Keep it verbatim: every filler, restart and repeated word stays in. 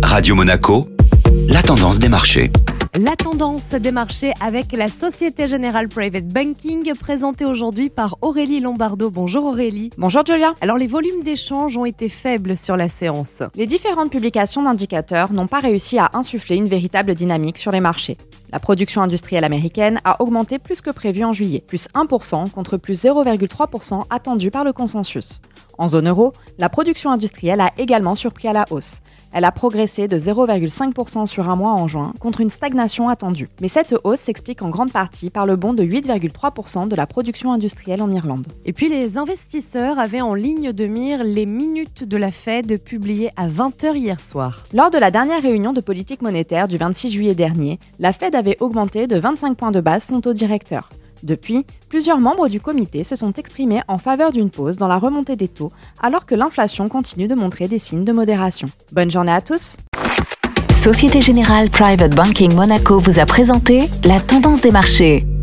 Radio Monaco, la tendance des marchés. La tendance des marchés avec la Société Générale Private Banking, présentée aujourd'hui par Aurélie Lombardo. Bonjour Aurélie. Bonjour Julia. Alors les volumes d'échanges ont été faibles sur la séance. Les différentes publications d'indicateurs n'ont pas réussi à insuffler une véritable dynamique sur les marchés. La production industrielle américaine a augmenté plus que prévu en juillet, plus un pour cent contre plus zéro virgule trois pour cent attendu par le consensus. En zone euro, la production industrielle a également surpris à la hausse. Elle a progressé de zéro virgule cinq pour cent sur un mois en juin, contre une stagnation attendue. Mais cette hausse s'explique en grande partie par le bond de huit virgule trois pour cent de la production industrielle en Irlande. Et puis les investisseurs avaient en ligne de mire les minutes de la Fed publiées à vingt heures hier soir. Lors de la dernière réunion de politique monétaire du vingt-six juillet dernier, la Fed avait augmenté de vingt-cinq points de base son taux directeur. Depuis, plusieurs membres du comité se sont exprimés en faveur d'une pause dans la remontée des taux, alors que l'inflation continue de montrer des signes de modération. Bonne journée à tous. Société Générale Private Banking Monaco vous a présenté la tendance des marchés.